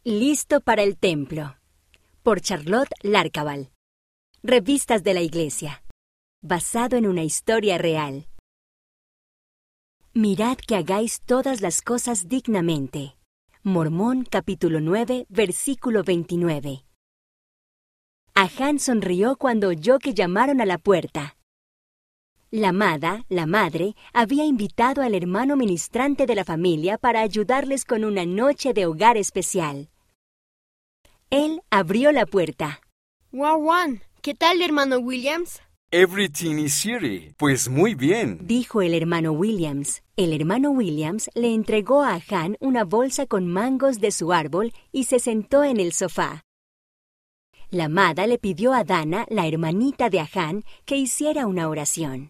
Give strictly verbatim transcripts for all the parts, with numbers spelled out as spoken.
Listo para el templo. Por Charlotte Larcabal. Revistas de la Iglesia. Basado en una historia real. Mirad que hagáis todas las cosas dignamente. Mormón capítulo nueve, versículo veintinueve. Achán sonrió cuando oyó que llamaron a la puerta. La amada, la madre, había invitado al hermano ministrante de la familia para ayudarles con una noche de hogar especial. Él abrió la puerta. Wow, Juan, ¿qué tal, hermano Williams? Everything is here. Pues muy bien, Dijo el hermano Williams. El hermano Williams le entregó a Achán una bolsa con mangos de su árbol y se sentó en el sofá. La amada le pidió a Dana, la hermanita de Achán, que hiciera una oración.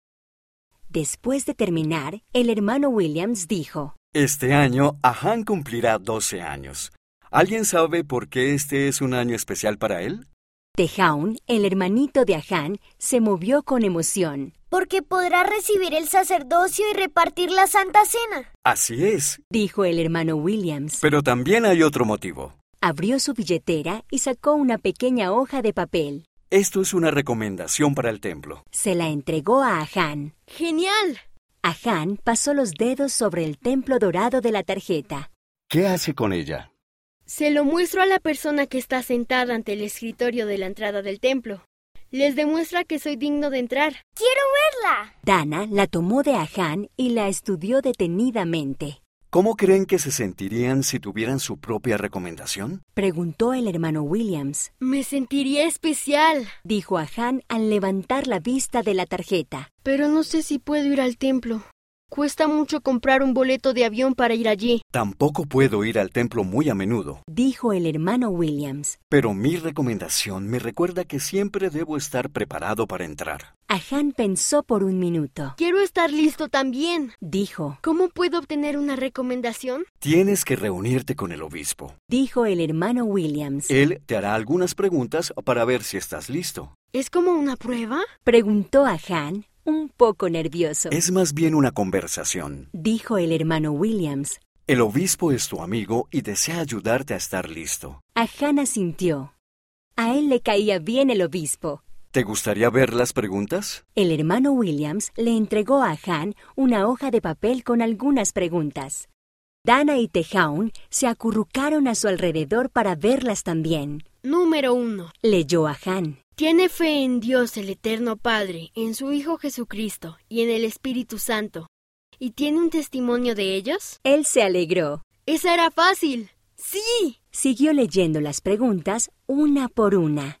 Después de terminar, el hermano Williams dijo: Este año Achán cumplirá doce años. ¿Alguien sabe por qué este es un año especial para él? Tejaun, el hermanito de Achán, se movió con emoción. Porque podrá recibir el sacerdocio y repartir la Santa Cena. Así es, Dijo el hermano Williams. pero también hay otro motivo. Abrió su billetera y sacó una pequeña hoja de papel. Esto es una recomendación para el templo. Se la entregó a Achán. ¡Genial! Achán pasó los dedos sobre el templo dorado de la tarjeta. ¿Qué hace con ella? Se lo muestro a la persona que está sentada ante el escritorio de la entrada del templo. Les demuestra que soy digno de entrar. ¡Quiero verla! Dana la tomó de Achán y la estudió detenidamente. ¿Cómo creen que se sentirían si tuvieran su propia recomendación? Preguntó el hermano Williams. Me sentiría especial, Dijo Achán al levantar la vista de la tarjeta. pero no sé si puedo ir al templo. Cuesta mucho comprar un boleto de avión para ir allí. Tampoco puedo ir al templo muy a menudo, Dijo el hermano Williams. pero mi recomendación me recuerda que siempre debo estar preparado para entrar. Achán pensó por un minuto. Quiero estar listo también. Dijo. ¿Cómo puedo obtener una recomendación? Tienes que reunirte con el obispo. Dijo el hermano Williams. Él te hará algunas preguntas para ver si estás listo. ¿Es como una prueba? Preguntó Achán, un poco nervioso. Es más bien una conversación. Dijo el hermano Williams. El obispo es tu amigo y desea ayudarte a estar listo. Achán asintió. A él le caía bien el obispo. ¿Te gustaría ver las preguntas? El hermano Williams le entregó a Achán una hoja de papel con algunas preguntas. Dana y Tejaun se acurrucaron a su alrededor para verlas también. Número uno. Leyó Achán. Tiene fe en Dios el Eterno Padre, en su Hijo Jesucristo y en el Espíritu Santo. ¿Y tiene un testimonio de ellos? Él se alegró. ¡Esa era fácil! ¡Sí! Siguió leyendo las preguntas una por una.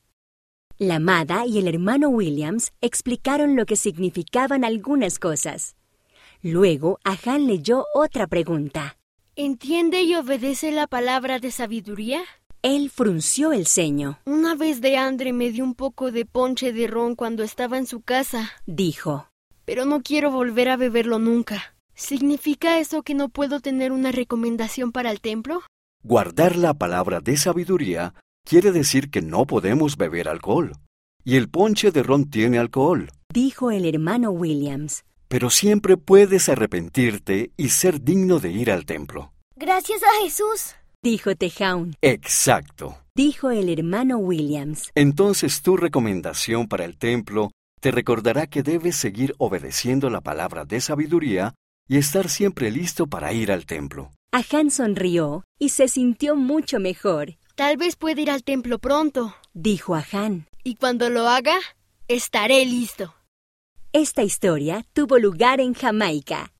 La amada y el hermano Williams explicaron lo que significaban algunas cosas. Luego, Achán leyó otra pregunta. ¿Entiende y obedece la palabra de sabiduría? Él frunció el ceño. Una vez Deandre me dio un poco de ponche de ron cuando estaba en su casa, Dijo. pero no quiero volver a beberlo nunca. ¿Significa eso que no puedo tener una recomendación para el templo? Guardar la palabra de sabiduría quiere decir que no podemos beber alcohol. Y el ponche de ron tiene alcohol. Dijo el hermano Williams. Pero siempre puedes arrepentirte y ser digno de ir al templo. Gracias a Jesús. Dijo Tejaun. Exacto. Dijo el hermano Williams. Entonces tu recomendación para el templo te recordará que debes seguir obedeciendo la palabra de sabiduría y estar siempre listo para ir al templo. Achán sonrió y se sintió mucho mejor. Tal vez pueda ir al templo pronto. Dijo Achán. Y cuando lo haga, estaré listo. Esta historia tuvo lugar en Jamaica.